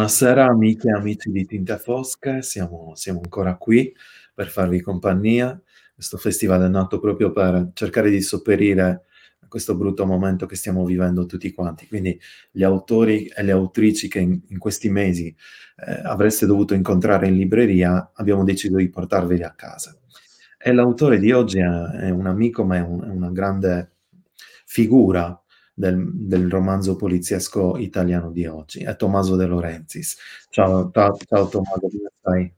Buonasera amiche e amici di Tinte Fosche, siamo ancora qui per farvi compagnia. Questo festival è nato proprio per cercare di sopperire a questo brutto momento che stiamo vivendo tutti quanti. Quindi gli autori e le autrici che in questi mesi avreste dovuto incontrare in libreria, abbiamo deciso di portarveli a casa. E l'autore di oggi è un amico, ma è una grande figura del romanzo poliziesco italiano di oggi, è Tommaso De Laurentiis. Ciao Tommaso, come stai?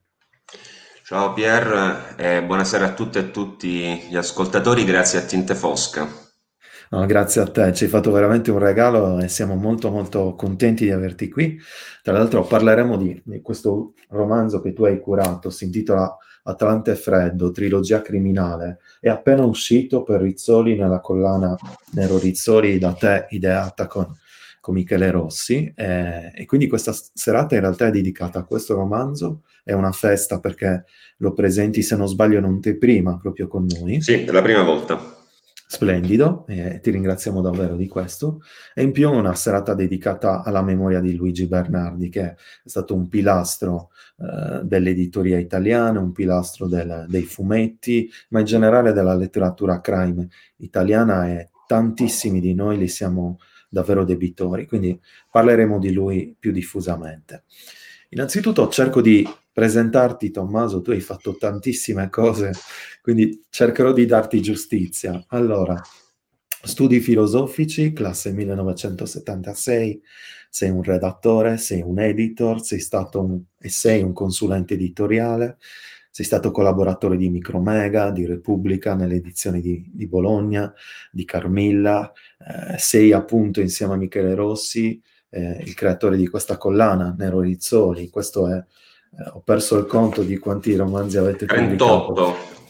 Ciao Pier, e buonasera a tutte e tutti gli ascoltatori, grazie a Tinte Fosca. No, grazie a te, ci hai fatto veramente un regalo e siamo molto molto contenti di averti qui. Tra l'altro parleremo di questo romanzo che tu hai curato, si intitola Atlante e Freddo, trilogia criminale. È appena uscito per Rizzoli nella collana Nero Rizzoli da te ideata con Michele Rossi e quindi questa serata in realtà è dedicata a questo romanzo, è una festa perché lo presenti se non sbaglio in un'anteprima proprio con noi. Sì, è la prima volta. Splendido, e ti ringraziamo davvero di questo. E in più una serata dedicata alla memoria di Luigi Bernardi, che è stato un pilastro dell'editoria italiana, un pilastro dei fumetti, ma in generale della letteratura crime italiana e tantissimi di noi li siamo davvero debitori, quindi parleremo di lui più diffusamente. Innanzitutto cerco di presentarti, Tommaso, tu hai fatto tantissime cose quindi cercherò di darti giustizia. Allora, studi filosofici, classe 1976, sei un redattore, sei un editor, e sei un consulente editoriale, sei stato collaboratore di Micromega, di Repubblica nelle edizioni di Bologna, di Carmilla, sei appunto insieme a Michele Rossi, il creatore di questa collana, Nero Rizzoli, ho perso il conto di quanti romanzi avete pubblicato. 38.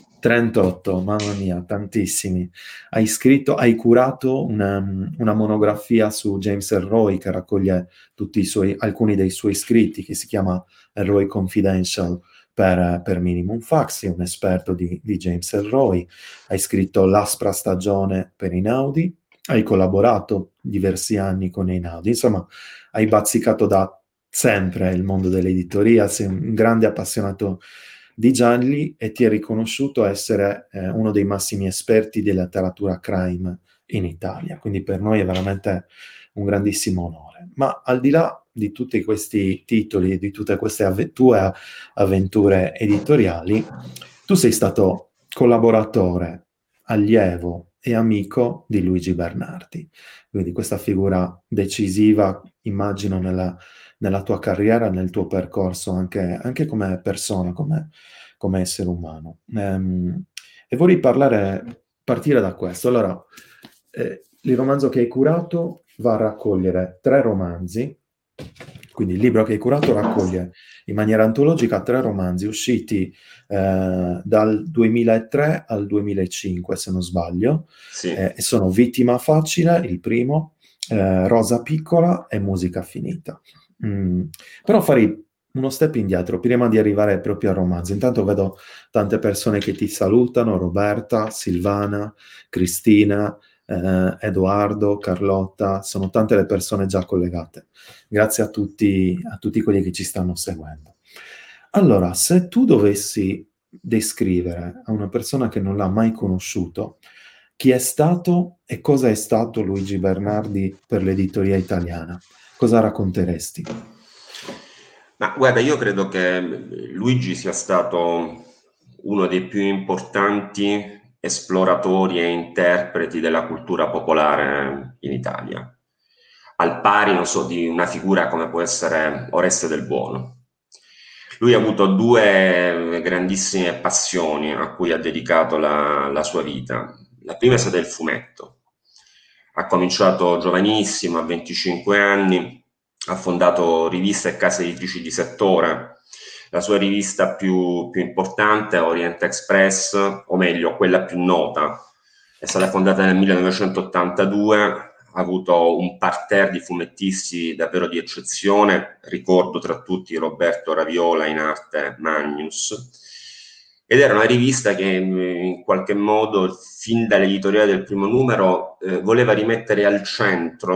38, mamma mia, tantissimi. Hai curato una monografia su James Elroy che raccoglie alcuni dei suoi scritti, che si chiama Elroy Confidential per Minimum Fax, sei un esperto di James Elroy. Hai scritto L'Aspra Stagione per Einaudi, hai collaborato diversi anni con Einaudi, insomma, hai bazzicato da sempre il mondo dell'editoria, sei un grande appassionato di gialli e ti è riconosciuto essere uno dei massimi esperti di letteratura crime in Italia, quindi per noi è veramente un grandissimo onore. Ma al di là di tutti questi titoli e di tutte queste tue avventure editoriali, tu sei stato collaboratore, allievo e amico di Luigi Bernardi, quindi questa figura decisiva, immagino, nella tua carriera, nel tuo percorso, anche come persona, come essere umano. E vorrei partire da questo. Allora, il romanzo che hai curato va a raccogliere tre romanzi, quindi il libro che hai curato raccoglie in maniera antologica tre romanzi usciti dal 2003 al 2005, se non sbaglio, Sì. e sono Vittima facile, il primo, Rosa piccola e Musica finita. Mm, Però farei uno step indietro prima di arrivare proprio al romanzo. Intanto vedo tante persone che ti salutano, Roberta, Silvana, Cristina, Edoardo, Carlotta, sono tante le persone già collegate. Grazie a tutti quelli che ci stanno seguendo. Allora, se tu dovessi descrivere a una persona che non l'ha mai conosciuto chi è stato e cosa è stato Luigi Bernardi per l'editoria italiana, cosa racconteresti? Ma guarda, io credo che Luigi sia stato uno dei più importanti esploratori e interpreti della cultura popolare in Italia, al pari, non so, di una figura come può essere Oreste del Buono. Lui ha avuto due grandissime passioni a cui ha dedicato la sua vita. La prima è stata il fumetto. Ha cominciato giovanissimo, a 25 anni, ha fondato riviste e case editrici di settore. La sua rivista più importante, Orient Express, o meglio, quella più nota, è stata fondata nel 1982, ha avuto un parterre di fumettisti davvero di eccezione, ricordo tra tutti Roberto Raviola in arte Magnus, ed era una rivista che in qualche modo, fin dall'editoriale del primo numero, voleva rimettere al centro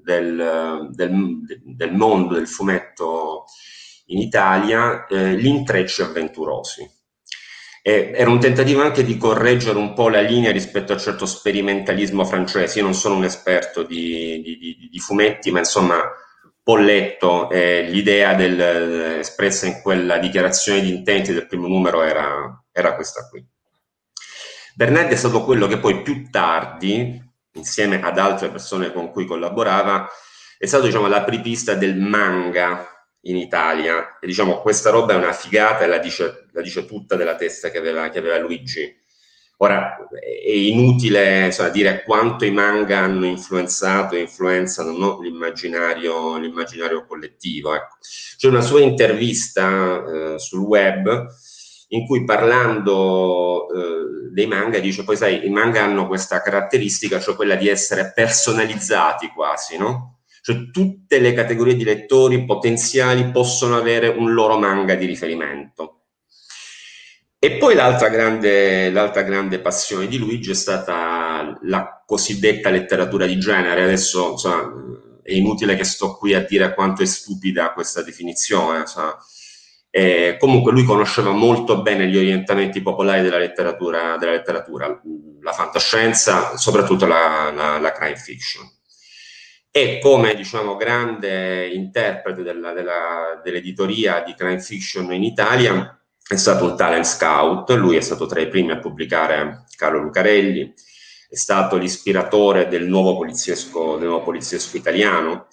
del mondo del fumetto in Italia, Gli intrecci avventurosi. Era un tentativo anche di correggere un po' la linea rispetto a certo sperimentalismo francese. Io non sono un esperto di fumetti, ma insomma ho letto, l'idea espressa in quella dichiarazione di intenti del primo numero era questa qui. Bernardi è stato quello che poi più tardi, insieme ad altre persone con cui collaborava, è stato, diciamo, l'apripista del manga in Italia. E, diciamo, questa roba è una figata e la dice tutta della testa che aveva Luigi. Ora, è inutile, insomma, dire quanto i manga hanno influenzato e influenzano, no, l'immaginario collettivo. Ecco. C'è una sua intervista sul web in cui, parlando dei manga, dice: poi sai, i manga hanno questa caratteristica, cioè quella di essere personalizzati quasi, no? Cioè tutte le categorie di lettori potenziali possono avere un loro manga di riferimento. E poi l'altra grande passione di Luigi è stata la cosiddetta letteratura di genere. Adesso, insomma, è inutile che sto qui a dire quanto è stupida questa definizione, insomma. Comunque lui conosceva molto bene gli orientamenti popolari della letteratura, la fantascienza, soprattutto la crime fiction. E come, diciamo, grande interprete dell'editoria di crime fiction in Italia è stato un talent scout. Lui è stato tra i primi a pubblicare Carlo Lucarelli, è stato l'ispiratore del nuovo poliziesco italiano,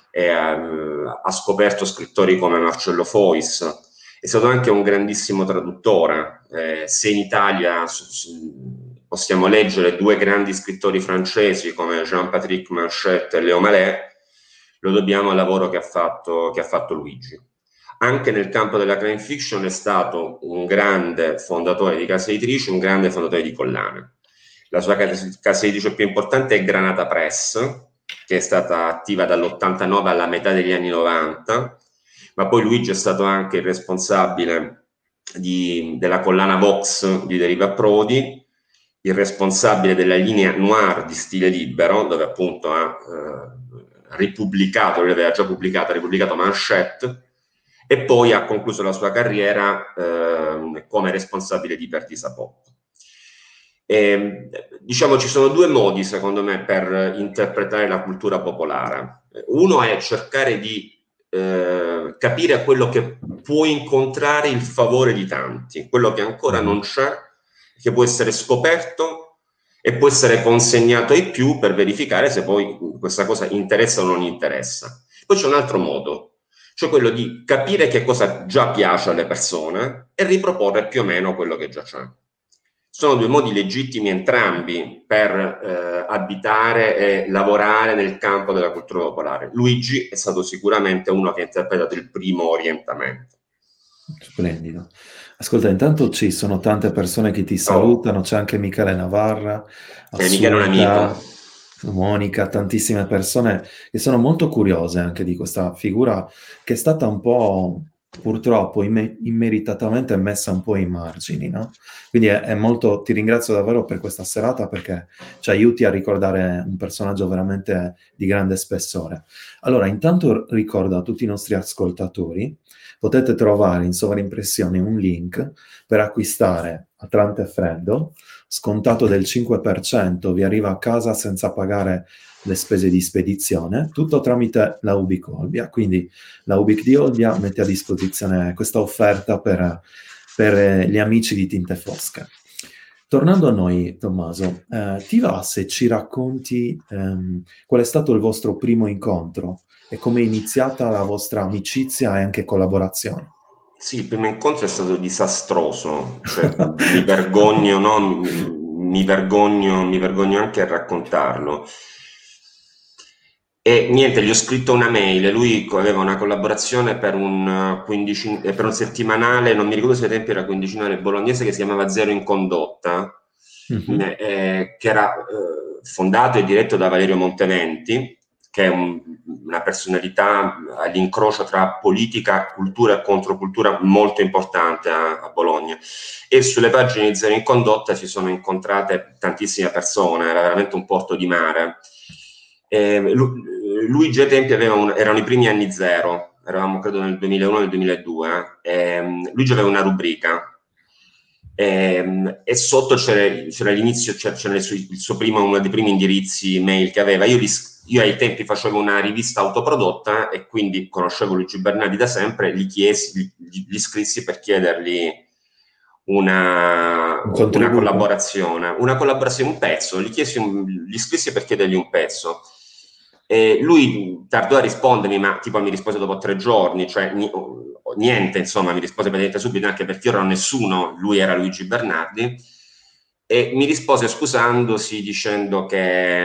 ha scoperto scrittori come Marcello Fois, è stato anche un grandissimo traduttore. Se in Italia possiamo leggere due grandi scrittori francesi come Jean-Patrick Manchette e Léo Mallet, lo dobbiamo al lavoro che ha fatto Luigi. Anche nel campo della crime fiction è stato un grande fondatore di case editrici, un grande fondatore di collane. La sua casa editrice più importante è Granata Press, che è stata attiva dall'89 alla metà degli anni 90, ma poi Luigi è stato anche il responsabile della collana Vox di Deriva Prodi, il responsabile della linea Noir di Stile Libero, dove appunto ha ripubblicato, lui aveva già ripubblicato Manchette, e poi ha concluso la sua carriera come responsabile di Pertisa Pop. Diciamo, ci sono due modi, secondo me, per interpretare la cultura popolare. Uno è cercare di capire quello che può incontrare il favore di tanti, quello che ancora non c'è, che può essere scoperto e può essere consegnato ai più per verificare se poi questa cosa interessa o non interessa. Poi c'è un altro modo, cioè quello di capire che cosa già piace alle persone e riproporre più o meno quello che già c'è. Sono due modi legittimi entrambi per abitare e lavorare nel campo della cultura popolare. Luigi è stato sicuramente uno che ha interpretato il primo orientamento. Splendido. Ascolta, intanto ci sono tante persone che ti salutano, c'è anche Michele Navarra, Michele è un amico. Monica, tantissime persone che sono molto curiose anche di questa figura che è stata un po', purtroppo, immeritatamente messa un po' ai margini, no? Quindi è molto, ti ringrazio davvero per questa serata perché ci aiuti a ricordare un personaggio veramente di grande spessore. Allora, intanto ricordo a tutti i nostri ascoltatori, potete trovare in sovraimpressione un link per acquistare Atlante Freddo, scontato del 5%, vi arriva a casa senza pagare le spese di spedizione, tutto tramite la Ubic Olbia. Quindi la Ubic di Olbia mette a disposizione questa offerta per gli amici di Tinte Fosche. Tornando a noi, Tommaso, ti va se ci racconti qual è stato il vostro primo incontro e come è iniziata la vostra amicizia e anche collaborazione? Sì, il primo incontro è stato disastroso, cioè, mi vergogno, no? Mi vergogno anche a raccontarlo. E niente, gli ho scritto una mail, lui aveva una collaborazione per un settimanale, non mi ricordo se ai tempi era quindicinale bolognese, che si chiamava Zero in Condotta, che era fondato e diretto da Valerio Monteventi, che è una personalità all'incrocio tra politica, cultura e controcultura molto importante a Bologna. E sulle pagine di Zero in Condotta si sono incontrate tantissime persone, era veramente un porto di mare. Luigi ai tempi erano i primi anni zero, eravamo credo nel 2001, nel 2002, Luigi aveva una rubrica e sotto c'era l'inizio, c'era il suo primo, uno dei primi indirizzi mail che aveva. Io ai tempi facevo una rivista autoprodotta e quindi conoscevo Luigi Bernardi da sempre, gli scrissi per chiedergli una collaborazione, un pezzo, gli scrissi per chiedergli un pezzo. E lui tardò a rispondermi, ma tipo mi rispose dopo 3 giorni, cioè niente, insomma, mi rispose praticamente subito, anche perché io ero nessuno, lui era Luigi Bernardi, e mi rispose scusandosi, dicendo che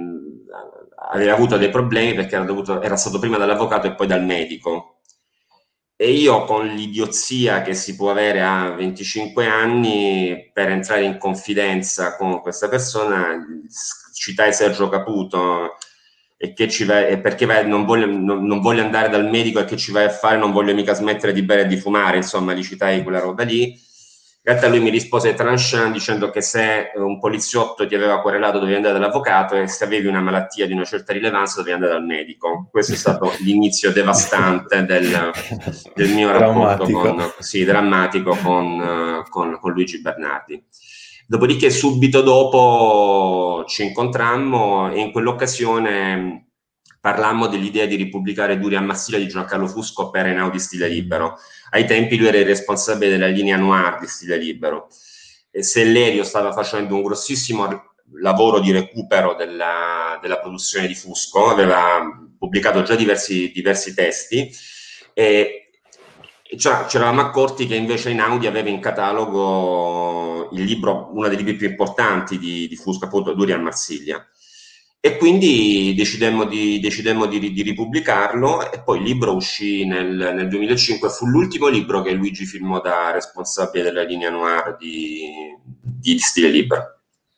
aveva avuto dei problemi perché era stato prima dall'avvocato e poi dal medico. E io, con l'idiozia che si può avere a 25 anni, per entrare in confidenza con questa persona, citai Sergio Caputo, e perché non voglio andare dal medico, e che ci vai a fare, non voglio mica smettere di bere e di fumare, insomma, gli citai quella roba lì. In realtà lui mi rispose tranchant dicendo che se un poliziotto ti aveva querelato dovevi andare dall'avvocato, e se avevi una malattia di una certa rilevanza dovevi andare dal medico. Questo è stato l'inizio devastante del mio rapporto drammatico con Luigi Bernardi. Dopodiché subito dopo ci incontrammo e in quell'occasione parlammo dell'idea di ripubblicare Duri a Marsiglia di Giancarlo Fusco per Einaudi Stile Libero. Ai tempi lui era il responsabile della linea noir di Stile Libero. E Sellerio stava facendo un grossissimo lavoro di recupero della produzione di Fusco, aveva pubblicato già diversi testi, e ci eravamo accorti che invece Einaudi aveva in catalogo il libro, uno dei libri più importanti di Fusco, appunto Duri a Marsiglia. E quindi decidemmo di ripubblicarlo, e poi il libro uscì nel 2005, fu l'ultimo libro che Luigi firmò da responsabile della linea noir di Stile Libero.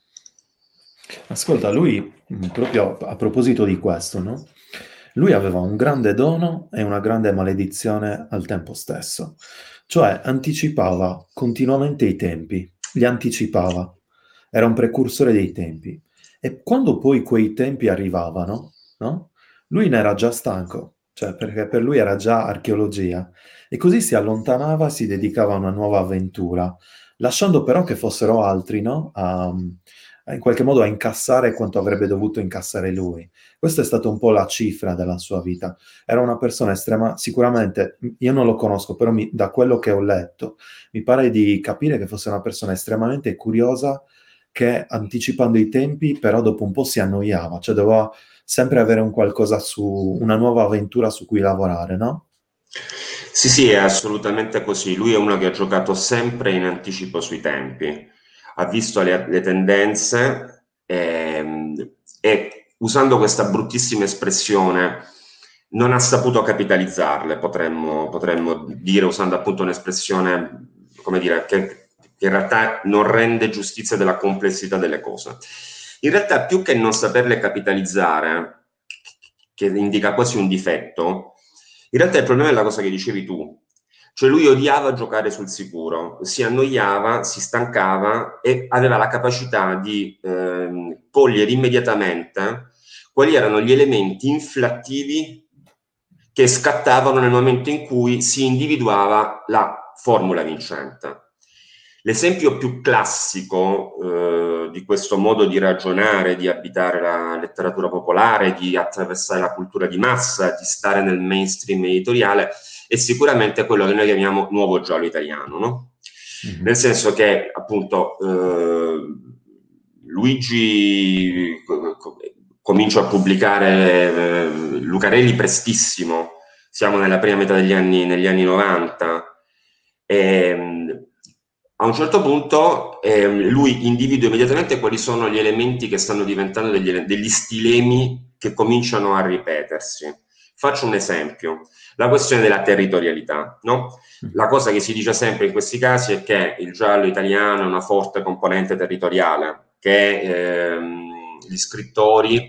Ascolta, lui, proprio a proposito di questo, no? Lui aveva un grande dono e una grande maledizione al tempo stesso, cioè anticipava continuamente i tempi, li anticipava, era un precursore dei tempi. E quando poi quei tempi arrivavano, no? Lui ne era già stanco, cioè perché per lui era già archeologia, e così si allontanava, si dedicava a una nuova avventura, lasciando però che fossero altri, no? In qualche modo a incassare quanto avrebbe dovuto incassare lui. Questa è stata un po' la cifra della sua vita. Era una persona estrema, sicuramente, io non lo conosco, però da quello che ho letto, mi pare di capire che fosse una persona estremamente curiosa, che anticipando i tempi, però dopo un po' si annoiava, cioè doveva sempre avere un qualcosa una nuova avventura su cui lavorare, no? Sì, è assolutamente così. Lui è uno che ha giocato sempre in anticipo sui tempi, ha visto le tendenze, e usando questa bruttissima espressione non ha saputo capitalizzarle, potremmo dire, usando appunto un'espressione, come dire, che in realtà non rende giustizia della complessità delle cose. In realtà, più che non saperle capitalizzare, che indica quasi un difetto, in realtà il problema è la cosa che dicevi tu. Cioè lui odiava giocare sul sicuro, si annoiava, si stancava e aveva la capacità di cogliere immediatamente quali erano gli elementi inflattivi che scattavano nel momento in cui si individuava la formula vincente. L'esempio più classico di questo modo di ragionare, di abitare la letteratura popolare, di attraversare la cultura di massa, di stare nel mainstream editoriale, è sicuramente quello che noi chiamiamo nuovo giallo italiano, no? Mm-hmm. Nel senso che, appunto, Luigi comincia a pubblicare Lucarelli prestissimo, siamo nella prima metà negli anni 90, a un certo punto lui individua immediatamente quali sono gli elementi che stanno diventando degli stilemi che cominciano a ripetersi. Faccio un esempio, la questione della territorialità, no? La cosa che si dice sempre in questi casi è che il giallo italiano ha una forte componente territoriale, che gli scrittori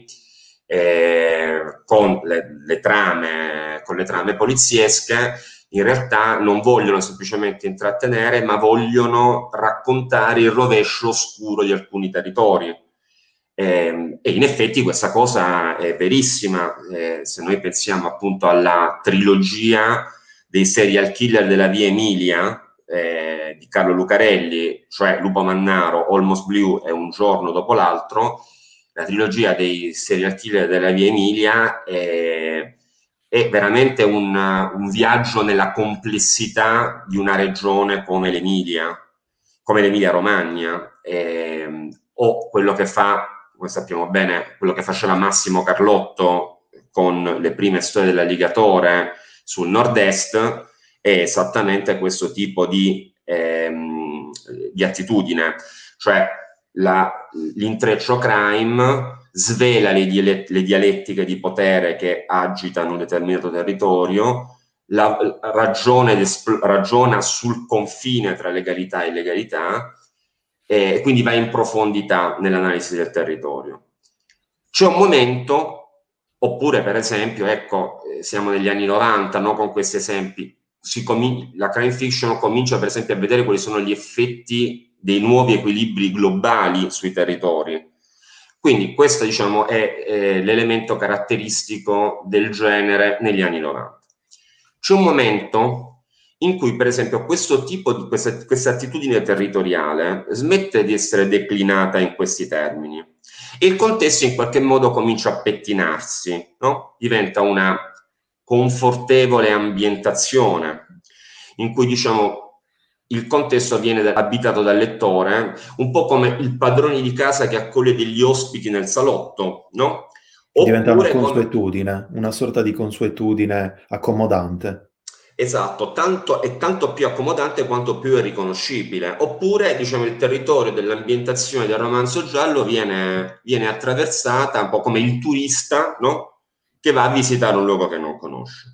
con le trame poliziesche in realtà non vogliono semplicemente intrattenere, ma vogliono raccontare il rovescio oscuro di alcuni territori. E in effetti questa cosa è verissima. Se noi pensiamo appunto alla trilogia dei serial killer della via Emilia, di Carlo Lucarelli, cioè Lupo Mannaro, Almost Blue e Un giorno dopo l'altro, la trilogia dei serial killer della via Emilia è veramente un viaggio nella complessità di una regione come l'Emilia Romagna, o quello che fa, come sappiamo bene, quello che faceva Massimo Carlotto con le prime storie dell'alligatore sul nord-est, è esattamente questo tipo di attitudine, cioè l'intreccio crime svela le dialettiche di potere che agitano un determinato territorio, ragiona sul confine tra legalità e illegalità, e quindi va in profondità nell'analisi del territorio. C'è un momento, oppure per esempio, ecco, siamo negli anni 90, no, con questi esempi, la crime fiction comincia per esempio a vedere quali sono gli effetti dei nuovi equilibri globali sui territori. Quindi questo, diciamo, è l'elemento caratteristico del genere negli anni 90. C'è un momento in cui, per esempio, questo tipo di questa attitudine territoriale smette di essere declinata in questi termini e il contesto in qualche modo comincia a pettinarsi, no? Diventa una confortevole ambientazione in cui, diciamo, il contesto viene abitato dal lettore, un po' come il padrone di casa che accoglie degli ospiti nel salotto, no? Diventa una Oppure come... consuetudine, una sorta di consuetudine accomodante. Esatto, è tanto più accomodante quanto più è riconoscibile. Oppure, diciamo, il territorio dell'ambientazione del romanzo giallo viene attraversata un po' come il turista, no? Che va a visitare un luogo che non conosce.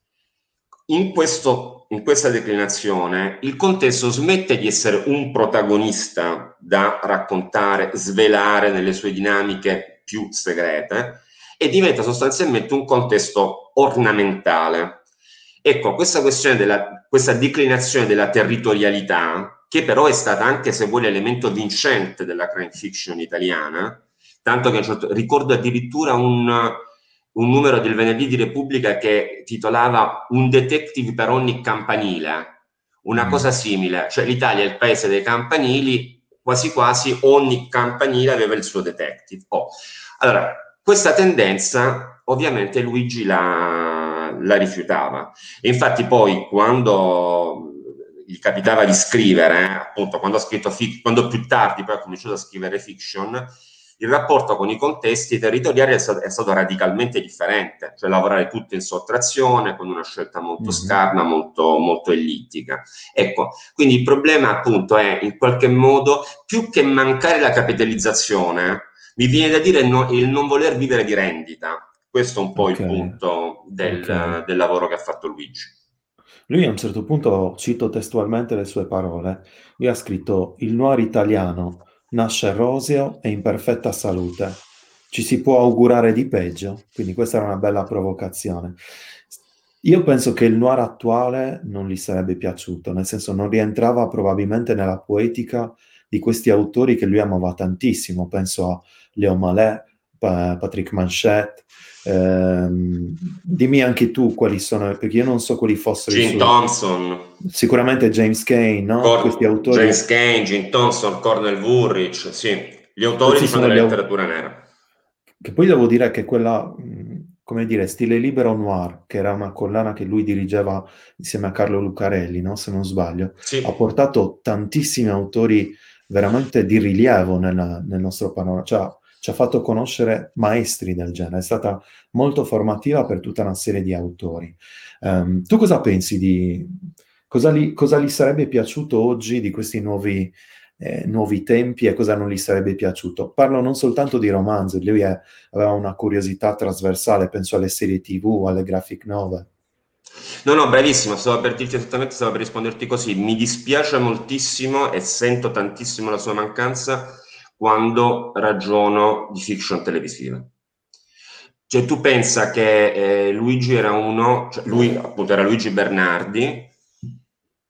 In questa declinazione il contesto smette di essere un protagonista da raccontare, svelare nelle sue dinamiche più segrete e diventa sostanzialmente un contesto ornamentale. Ecco, questa questa declinazione della territorialità, che però è stata anche, se vuoi, l'elemento vincente della crime fiction italiana, tanto che ricordo addirittura un numero del Venerdì di Repubblica che titolava Un detective per ogni campanile, una cosa simile, cioè l'Italia è il paese dei campanili, quasi quasi ogni campanile aveva il suo detective. Allora, questa tendenza ovviamente Luigi la rifiutava, e infatti poi quando gli capitava di scrivere, appunto quando ha scritto quando più tardi poi ha cominciato a scrivere fiction, il rapporto con i contesti territoriali è stato radicalmente differente, cioè lavorare tutto in sottrazione, con una scelta molto scarna, molto, molto ellittica. Ecco, quindi il problema appunto è in qualche modo, più che mancare la capitalizzazione, mi viene da dire il non voler vivere di rendita. Questo è un po' il punto del lavoro che ha fatto Luigi. Lui a un certo punto, cito testualmente le sue parole, lui ha scritto: il noir italiano nasce roseo e in perfetta salute. Ci si può augurare di peggio? Quindi questa era una bella provocazione. Io penso che il noir attuale non gli sarebbe piaciuto, nel senso non rientrava probabilmente nella poetica di questi autori che lui amava tantissimo. Penso a Léo Mallet, Patrick Manchette. Dimmi anche tu quali sono, perché io non so quali fossero i Gene suoi. Thompson. Sicuramente James Kane, no? Questi autori. James Kane, Gene Thompson, Cornel Woolrich, sì, gli autori, Questi diciamo, sono della letteratura nera. Che poi devo dire che quella, come dire, Stile Libero Noir, che era una collana che lui dirigeva insieme a Carlo Lucarelli, no? Se non sbaglio, Sì. ha portato tantissimi autori veramente di rilievo nel nostro panorama, cioè ci ha fatto conoscere maestri del genere, è stata molto formativa per tutta una serie di autori. Tu cosa pensi cosa gli sarebbe piaciuto oggi di questi nuovi tempi e cosa non gli sarebbe piaciuto? Parlo non soltanto di romanzi, lui aveva una curiosità trasversale, penso alle serie TV, alle graphic novel. No, bravissimo, stavo per dirti esattamente, stavo per risponderti così. Mi dispiace moltissimo e sento tantissimo la sua mancanza quando ragiono di fiction televisiva. Cioè, tu pensa che Luigi era uno, cioè lui appunto era Luigi Bernardi,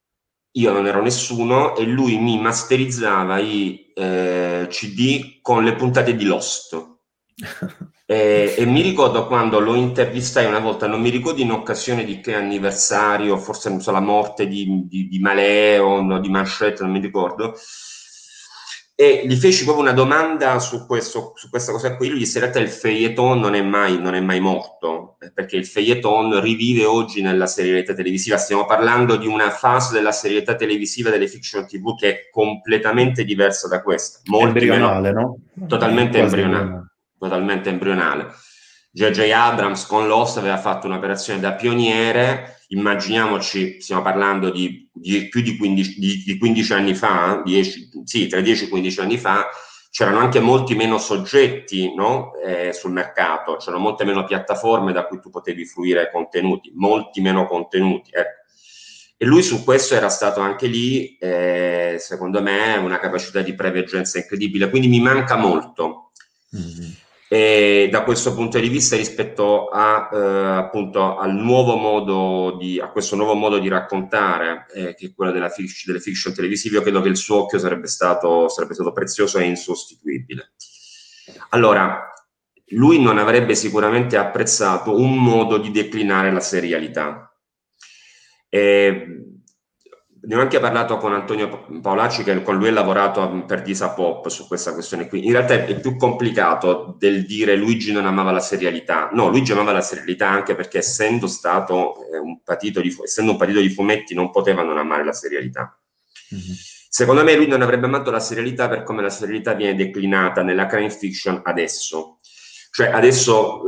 io non ero nessuno e lui mi masterizzava i CD con le puntate di Lost. E mi ricordo quando lo intervistai una volta, non mi ricordo in occasione di che anniversario, forse non so, la morte di Maleon o di Manchette, non mi ricordo, e gli feci proprio una domanda su questa cosa qui. Lui disse: in realtà il feuilleton non è mai morto, perché il feuilleton rivive oggi nella serialità televisiva. Stiamo parlando di una fase della serialità televisiva, delle fiction TV, che è completamente diversa da questa, molti meno, Embrionale, no? È totalmente quasi embrionale, embrionale. totalmente embrionale. J.J. Abrams con Lost aveva fatto un'operazione da pioniere. Immaginiamoci, stiamo parlando di più di 15 anni fa, 10, sì, tra 10 e 15 anni fa, c'erano anche molti meno soggetti, no? Sul mercato, c'erano molte meno piattaforme da cui tu potevi fruire contenuti, molti meno contenuti. E lui su questo era stato anche lì, secondo me, una capacità di preveggenza incredibile, quindi mi manca molto. Mm-hmm. E da questo punto di vista, rispetto a appunto al nuovo modo a questo nuovo modo di raccontare, che è quello delle fiction televisive, io credo che il suo occhio sarebbe stato prezioso e insostituibile. Allora, lui non avrebbe sicuramente apprezzato un modo di declinare la serialità. Ne ho anche parlato con Antonio Paolacci, che con lui ha lavorato per Disa Pop su questa questione qui. In realtà è più complicato del dire Luigi non amava la serialità. No, Luigi amava la serialità anche perché essendo un partito di fumetti non poteva non amare la serialità. Mm-hmm. Secondo me lui non avrebbe amato la serialità per come la serialità viene declinata nella crime fiction adesso. Cioè adesso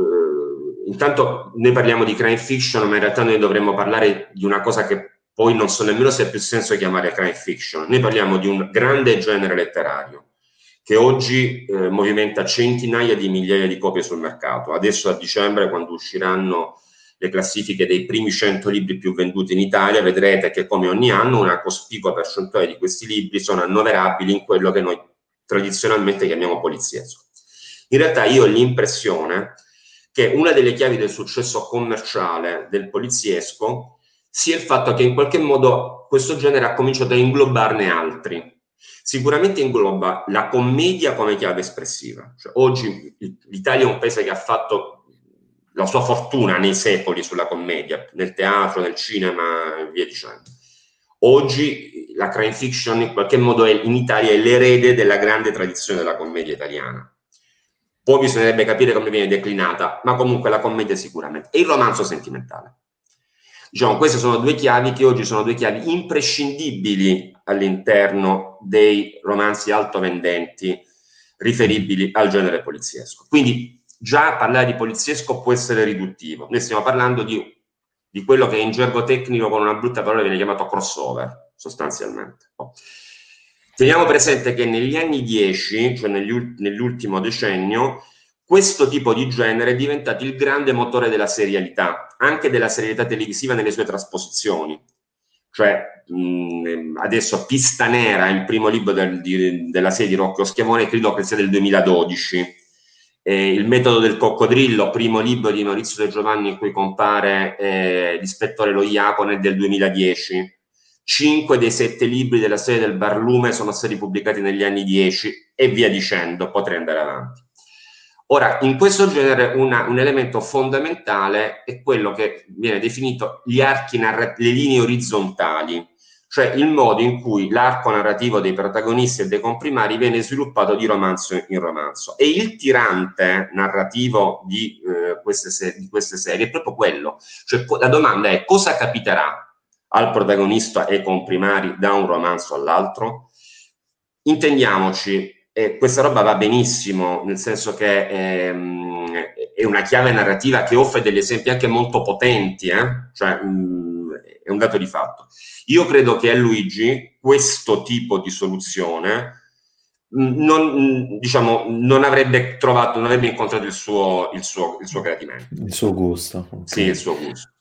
intanto noi parliamo di crime fiction, ma in realtà noi dovremmo parlare di una cosa che poi non so nemmeno se ha più senso chiamare crime fiction. Noi parliamo di un grande genere letterario che oggi movimenta centinaia di migliaia di copie sul mercato. Adesso a dicembre, quando usciranno le classifiche dei primi 100 libri più venduti in Italia, vedrete che come ogni anno una cospicua percentuale di questi libri sono annoverabili in quello che noi tradizionalmente chiamiamo poliziesco. In realtà io ho l'impressione che una delle chiavi del successo commerciale del poliziesco sia il fatto che in qualche modo questo genere ha cominciato a inglobarne altri. Sicuramente ingloba la commedia come chiave espressiva. Cioè, oggi l'Italia è un paese che ha fatto la sua fortuna nei secoli sulla commedia, nel teatro, nel cinema e via dicendo. Oggi la crime fiction in qualche modo in Italia è l'erede della grande tradizione della commedia italiana. Poi bisognerebbe capire come viene declinata, ma comunque la commedia sicuramente. E il romanzo sentimentale. Diciamo, queste sono due chiavi che oggi sono due chiavi imprescindibili all'interno dei romanzi altovendenti riferibili al genere poliziesco. Quindi già parlare di poliziesco può essere riduttivo. Noi stiamo parlando di quello che in gergo tecnico con una brutta parola viene chiamato crossover, sostanzialmente. Teniamo presente che negli anni 10, cioè nell'ultimo decennio, questo tipo di genere è diventato il grande motore della serialità, anche della serialità televisiva nelle sue trasposizioni. Cioè, adesso Pista Nera, il primo libro della serie di Rocco Schiavone, credo che sia del 2012. Il metodo del coccodrillo, primo libro di Maurizio De Giovanni in cui compare l'ispettore Lo Iacone, del 2010. 5 dei 7 libri della serie del Barlume sono stati pubblicati negli anni 10 e via dicendo, potrei andare avanti. Ora, in questo genere un elemento fondamentale è quello che viene definito gli archi narrativi, le linee orizzontali, cioè il modo in cui l'arco narrativo dei protagonisti e dei comprimari viene sviluppato di romanzo in romanzo. E il tirante narrativo di queste serie è proprio quello. Cioè, la domanda è: cosa capiterà al protagonista e ai comprimari da un romanzo all'altro? Intendiamoci, questa roba va benissimo, nel senso che è una chiave narrativa che offre degli esempi anche molto potenti, cioè è un dato di fatto. Io credo che a Luigi questo tipo di soluzione non avrebbe incontrato il suo gradimento. Il suo gusto. Okay. Sì, il suo gusto.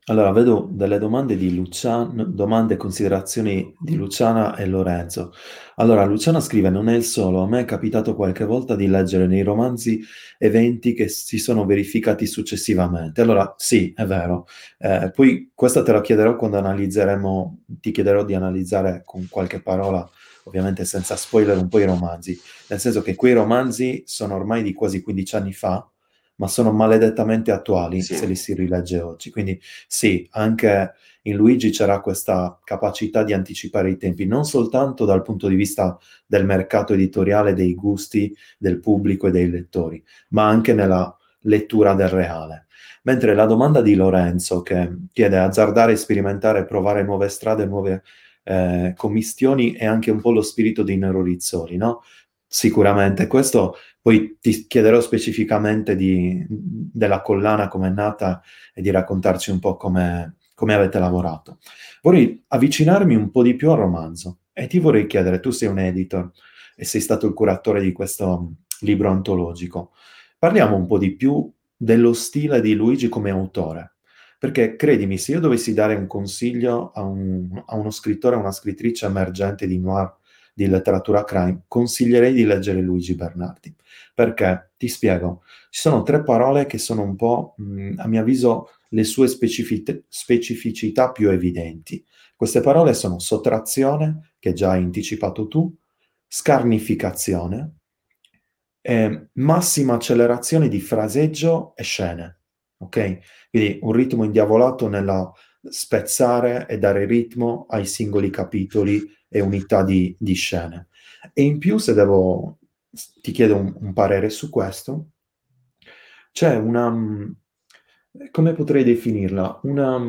Allora, vedo delle domande di Luciano, domande e considerazioni di Luciana e Lorenzo. Allora, Luciana scrive: Non è il solo, a me è capitato qualche volta di leggere nei romanzi eventi che si sono verificati successivamente. Allora, sì, è vero. Poi questa te la chiederò quando analizzeremo, ti chiederò di analizzare con qualche parola, ovviamente senza spoiler, un po' i romanzi. Nel senso che quei romanzi sono ormai di quasi 15 anni fa, ma sono maledettamente attuali Sì, se li si rilegge oggi. Quindi sì, anche in Luigi c'era questa capacità di anticipare i tempi, non soltanto dal punto di vista del mercato editoriale, dei gusti del pubblico e dei lettori, ma anche nella lettura del reale. Mentre la domanda di Lorenzo, che chiede azzardare, sperimentare, provare nuove strade, nuove commistioni, è anche un po' lo spirito di Nero Rizzoli, no? Sicuramente, questo poi ti chiederò specificamente della collana, come è nata e di raccontarci un po' come avete lavorato. Vorrei avvicinarmi un po' di più al romanzo e ti vorrei chiedere, tu sei un editor e sei stato il curatore di questo libro antologico. Parliamo un po' di più dello stile di Luigi come autore, perché credimi, se io dovessi dare un consiglio a uno scrittore, a una scrittrice emergente di noir, di letteratura crime, consiglierei di leggere Luigi Bernardi. Perché? Ti spiego. Ci sono tre parole che sono un po', a mio avviso, le sue specificità più evidenti. Queste parole sono sottrazione, che già hai anticipato tu, scarnificazione e massima accelerazione di fraseggio e scene. Ok? Quindi un ritmo indiavolato nella spezzare e dare ritmo ai singoli capitoli e unità di scene. E in più, se devo, ti chiedo un parere su questo, c'è come potrei definirla?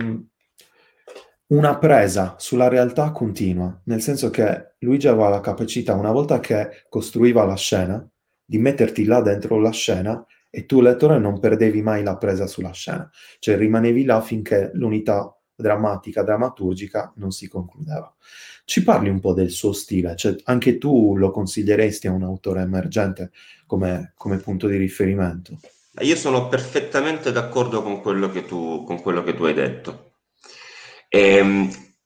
Una presa sulla realtà continua, nel senso che Luigi aveva la capacità, una volta che costruiva la scena, di metterti là dentro la scena e tu, lettore, non perdevi mai la presa sulla scena, cioè rimanevi là finché l'unità drammatica, drammaturgica non si concludeva. Ci parli un po' del suo stile, cioè anche tu lo consiglieresti a un autore emergente come punto di riferimento? io sono perfettamente d'accordo con quello che tu hai detto. Ehm,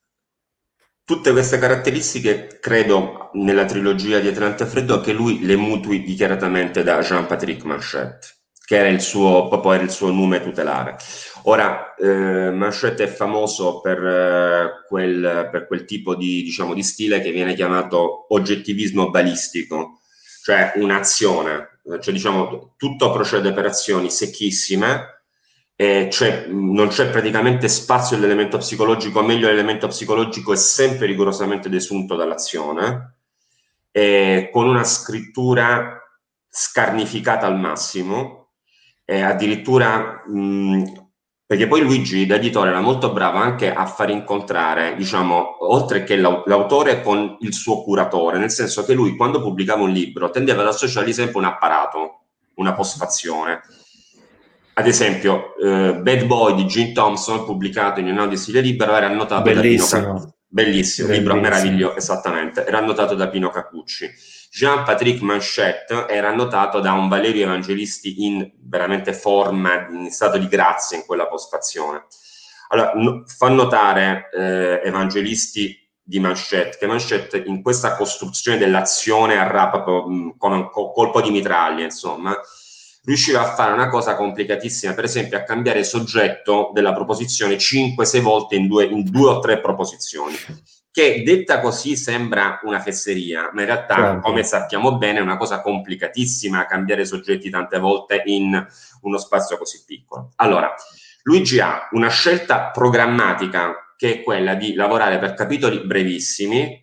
Tutte queste caratteristiche, credo, nella trilogia di Atlante Freddo, che lui le mutui dichiaratamente da Jean-Patrick Manchette, che era proprio era il suo nome tutelare. Ora, Manchette è famoso per quel tipo di, diciamo, di stile che viene chiamato oggettivismo balistico, cioè un'azione, cioè diciamo tutto procede per azioni secchissime, non c'è praticamente spazio all'elemento psicologico, o meglio l'elemento psicologico è sempre rigorosamente desunto dall'azione, con una scrittura scarnificata al massimo, addirittura perché poi Luigi da editore era molto bravo anche a far incontrare, diciamo, oltre che l'autore con il suo curatore, nel senso che lui quando pubblicava un libro tendeva ad associargli sempre un apparato, una postfazione. Ad esempio, Bad Boy di Gene Thompson, pubblicato in Einaudi stile libero, era annotato da Pino Cacucci. Bellissimo, Bellissimo, libro bellissimo. meraviglioso, esattamente. Era annotato da Pino Cacucci. Jean-Patrick Manchette era annotato da un Valerio Evangelisti in veramente forma, in stato di grazia in quella postfazione. Allora, fa notare Evangelisti di Manchette che Manchette in questa costruzione dell'azione a rap con un colpo di mitraglia, insomma, riusciva a fare una cosa complicatissima, per esempio a cambiare soggetto della proposizione 5-6 volte in due o tre proposizioni, che detta così sembra una fesseria, ma in realtà, come Certo. sappiamo bene, è una cosa complicatissima cambiare soggetti tante volte in uno spazio così piccolo. Allora, Luigi ha una scelta programmatica che è quella di lavorare per capitoli brevissimi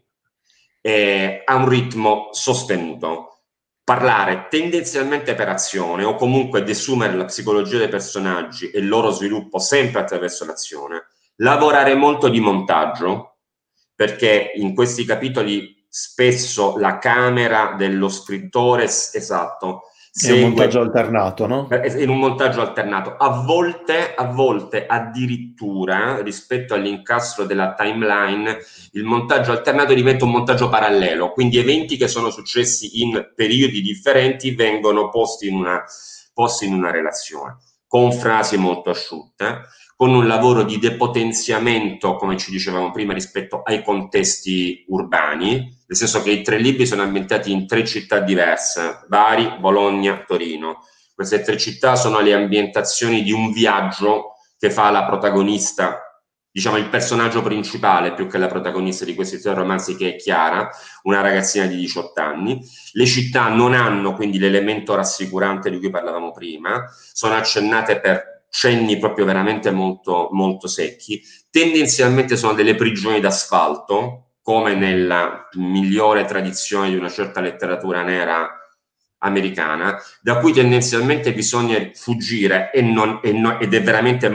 a un ritmo sostenuto, parlare tendenzialmente per azione o comunque desumere la psicologia dei personaggi e il loro sviluppo sempre attraverso l'azione, lavorare molto di montaggio, perché in questi capitoli spesso la camera dello scrittore, esatto, È un montaggio segue alternato, no? in un montaggio alternato, a volte addirittura rispetto all'incastro della timeline, il montaggio alternato diventa un montaggio parallelo, quindi eventi che sono successi in periodi differenti vengono posti in una relazione, con frasi molto asciutte, con un lavoro di depotenziamento, come ci dicevamo prima, rispetto ai contesti urbani, nel senso che i 3 libri sono ambientati in 3 città diverse, Bari, Bologna, Torino. Queste 3 città sono le ambientazioni di un viaggio che fa la protagonista, diciamo il personaggio principale più che la protagonista di questi 3 romanzi, che è Chiara, una ragazzina di 18 anni. Le città non hanno quindi l'elemento rassicurante di cui parlavamo prima, sono accennate per cenni proprio veramente molto, molto secchi. Tendenzialmente sono delle prigioni d'asfalto, come nella migliore tradizione di una certa letteratura nera americana, da cui tendenzialmente bisogna fuggire ed è veramente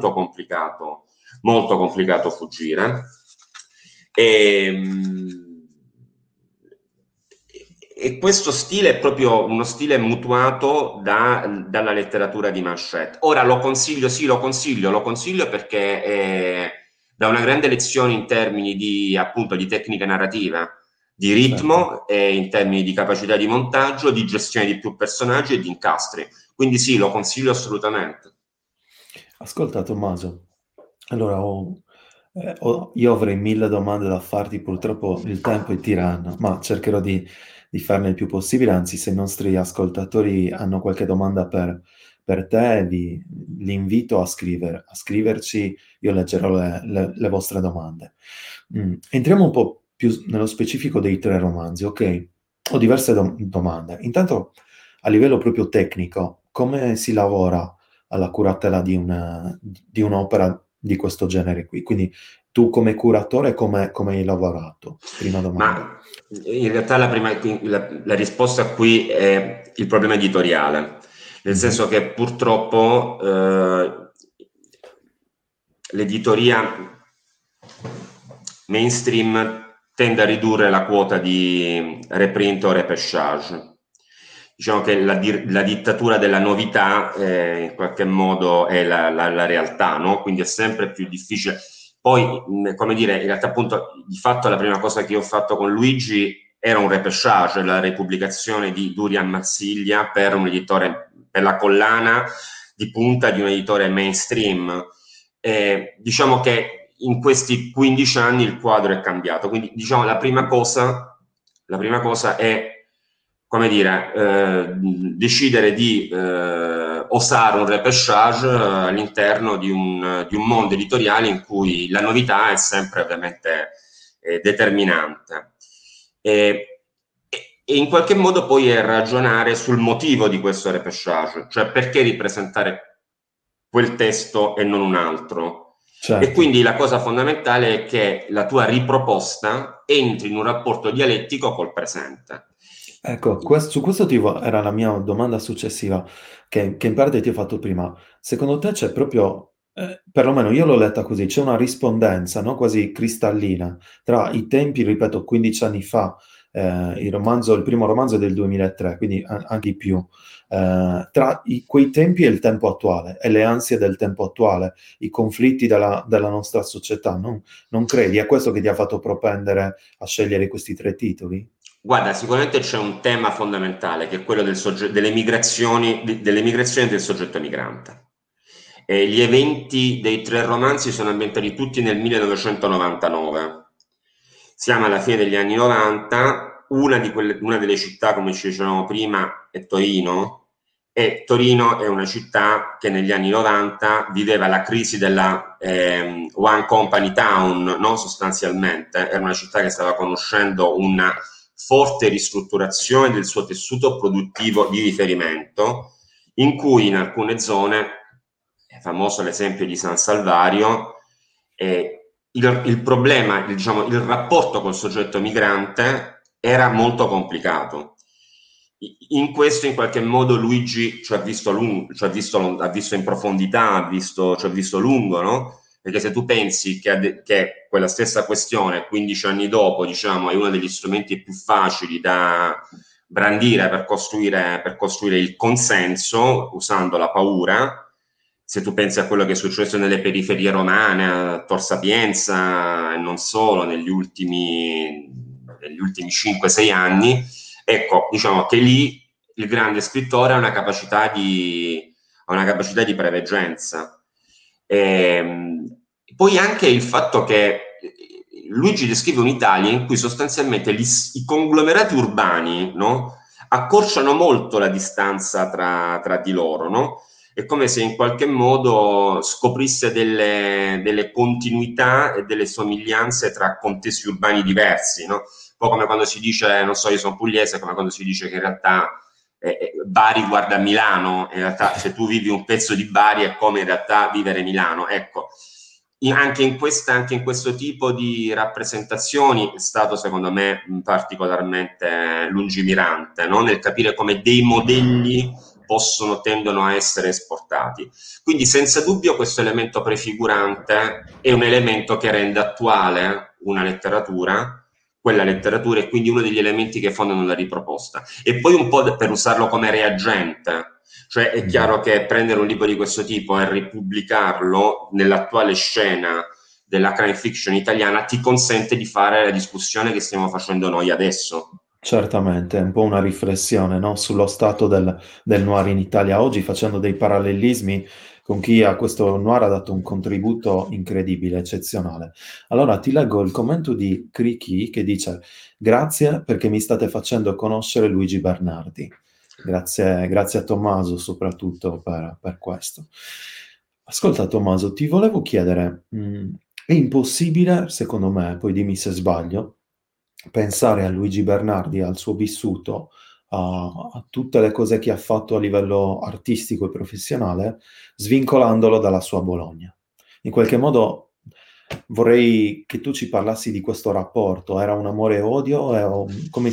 molto complicato fuggire. E questo stile è proprio uno stile mutuato dalla letteratura di Manchette. Ora lo consiglio, sì, lo consiglio perché dà una grande lezione in termini di, appunto, di tecnica narrativa, di ritmo, Certo. e in termini di capacità di montaggio, di gestione di più personaggi e di incastri. Quindi sì, lo consiglio assolutamente. Ascolta Tommaso, allora io avrei mille domande da farti, purtroppo il tempo è tiranno, ma cercherò di farne il più possibile, anzi se i nostri ascoltatori hanno qualche domanda per te, li invito a scriverci, io leggerò le vostre domande. Entriamo un po' più nello specifico dei 3 romanzi, ok? Ho diverse domande. Intanto, a livello proprio tecnico, come si lavora alla curatela di un'opera di questo genere qui? Quindi tu come curatore come hai lavorato? Prima domanda. Ma in realtà la risposta qui è il problema editoriale, nel Mhm. senso che purtroppo l'editoria mainstream tende a ridurre la quota di reprint o repêchage. Diciamo che la dittatura della novità in qualche modo è la realtà, no? Quindi è sempre più difficile. Poi, come dire, in realtà appunto, di fatto la prima cosa che ho fatto con Luigi era un repêchage, la ripubblicazione di Durian Marsiglia per un editore, per la collana di punta di un editore mainstream. Diciamo che in questi 15 anni il quadro è cambiato, quindi diciamo la prima cosa è, come dire, decidere di osare un repêchage all'interno di un mondo editoriale in cui la novità è sempre ovviamente determinante. E, e in qualche modo poi è ragionare sul motivo di questo repêchage, cioè perché ripresentare quel testo e non un altro. E Certo. quindi la cosa fondamentale è che la tua riproposta entri in un rapporto dialettico col presente. Ecco, su questo era la mia domanda successiva, che in parte ti ho fatto prima. Secondo te c'è proprio, perlomeno io l'ho letta così, c'è una rispondenza, no? Quasi cristallina tra i tempi, ripeto, 15 anni fa, il primo romanzo è del 2003, quindi anche di più, tra quei tempi e il tempo attuale, e le ansie del tempo attuale, i conflitti della nostra società, non credi? È questo che ti ha fatto propendere a scegliere questi 3 titoli? Guarda, sicuramente c'è un tema fondamentale che è quello delle migrazioni, delle migrazioni del soggetto migrante. Gli eventi dei 3 romanzi sono ambientati tutti nel 1999. Siamo alla fine degli anni 90, una delle città, come ci dicevamo prima, è Torino, e Torino è una città che negli anni 90 viveva la crisi della One Company Town, no? Sostanzialmente era una città che stava conoscendo una forte ristrutturazione del suo tessuto produttivo di riferimento, in cui in alcune zone, è famoso l'esempio di San Salvario, il problema, diciamo, il rapporto col soggetto migrante era molto complicato. In questo, in qualche modo, Luigi ci ha visto, ha visto in profondità, ci ha visto lungo, no? Perché se tu pensi che quella stessa questione 15 anni dopo, diciamo, è uno degli strumenti più facili da brandire per costruire il consenso usando la paura, se tu pensi a quello che è successo nelle periferie romane, a Tor Sapienza e non solo negli ultimi 5-6 anni, ecco, diciamo che lì il grande scrittore ha una capacità di preveggenza. Poi anche il fatto che Luigi descrive un'Italia in cui sostanzialmente i conglomerati urbani, no, accorciano molto la distanza tra di loro, no? È come se in qualche modo scoprisse delle continuità e delle somiglianze tra contesti urbani diversi, no? Un po' come quando si dice, non so, io sono pugliese, come quando si dice che in realtà Bari guarda Milano, in realtà se tu vivi un pezzo di Bari è come in realtà vivere Milano, ecco. Anche in questo tipo di rappresentazioni è stato secondo me particolarmente lungimirante, no? Nel capire come dei modelli tendono a essere esportati. Quindi senza dubbio questo elemento prefigurante è un elemento che rende attuale una letteratura, quella letteratura, e quindi uno degli elementi che fondano la riproposta. E poi un po' per usarlo come reagente, cioè è chiaro che prendere un libro di questo tipo e ripubblicarlo nell'attuale scena della crime fiction italiana ti consente di fare la discussione che stiamo facendo noi adesso. Certamente, è un po' una riflessione, no? Sullo stato del noir in Italia oggi, facendo dei parallelismi con chi a questo noir ha dato un contributo incredibile, eccezionale. Allora ti leggo il commento di Crichi che dice: grazie perché mi state facendo conoscere Luigi Bernardi. Grazie a Tommaso soprattutto per questo. Ascolta Tommaso, ti volevo chiedere, è impossibile, secondo me, poi dimmi se sbaglio, pensare a Luigi Bernardi, al suo vissuto, a tutte le cose che ha fatto a livello artistico e professionale, svincolandolo dalla sua Bologna. In qualche modo vorrei che tu ci parlassi di questo rapporto. Era un amore e odio? Come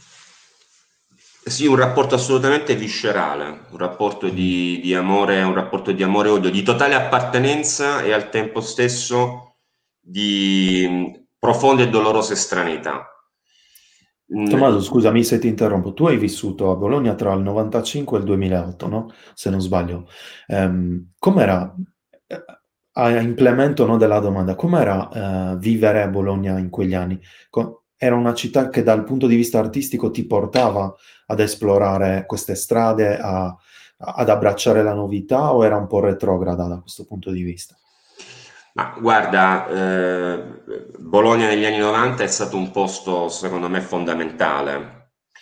Sì, un rapporto assolutamente viscerale, un rapporto di amore, un rapporto di amore e odio, di totale appartenenza e al tempo stesso di profonda e dolorosa estraneità. Tommaso, scusami se ti interrompo. Tu hai vissuto a Bologna tra il 95 e il 2008, no? Se non sbaglio. Com'era, a implemento, no, della domanda, com'era vivere a Bologna in quegli anni? Era una città che dal punto di vista artistico ti portava ad esplorare queste strade, ad abbracciare la novità, o era un po' retrograda da questo punto di vista? Ma guarda, Bologna negli anni 90 è stato un posto, secondo me, fondamentale.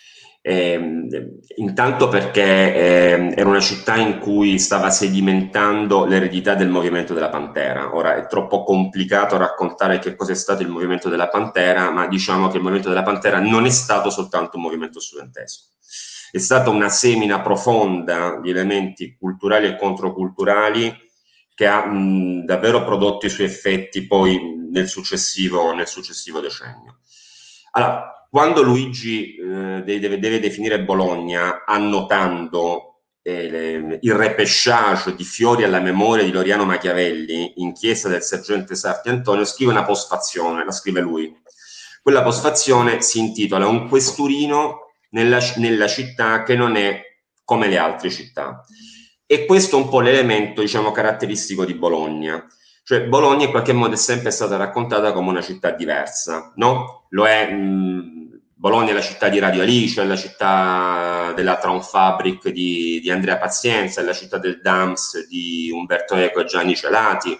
Intanto perché era una città in cui stava sedimentando l'eredità del movimento della Pantera. Ora è troppo complicato raccontare che cosa è stato il movimento della Pantera, ma diciamo che il movimento della Pantera non è stato soltanto un movimento studentesco. È stata una semina profonda di elementi culturali e controculturali che ha davvero prodotto i suoi effetti poi nel successivo decennio. Allora, quando Luigi deve definire Bologna, annotando il repêchage di Fiori alla memoria di Loriano Machiavelli in chiesa del sergente Sarti Antonio, scrive una postfazione, la scrive lui. Quella postfazione si intitola Un questurino nella città che non è come le altre città. E questo è un po' l'elemento, diciamo, caratteristico di Bologna. Cioè Bologna in qualche modo è sempre stata raccontata come una città diversa, no? Lo è, Bologna è la città di Radio Alice, è la città della Traum Fabric di Andrea Pazienza, è la città del Dams di Umberto Eco e Gianni Celati,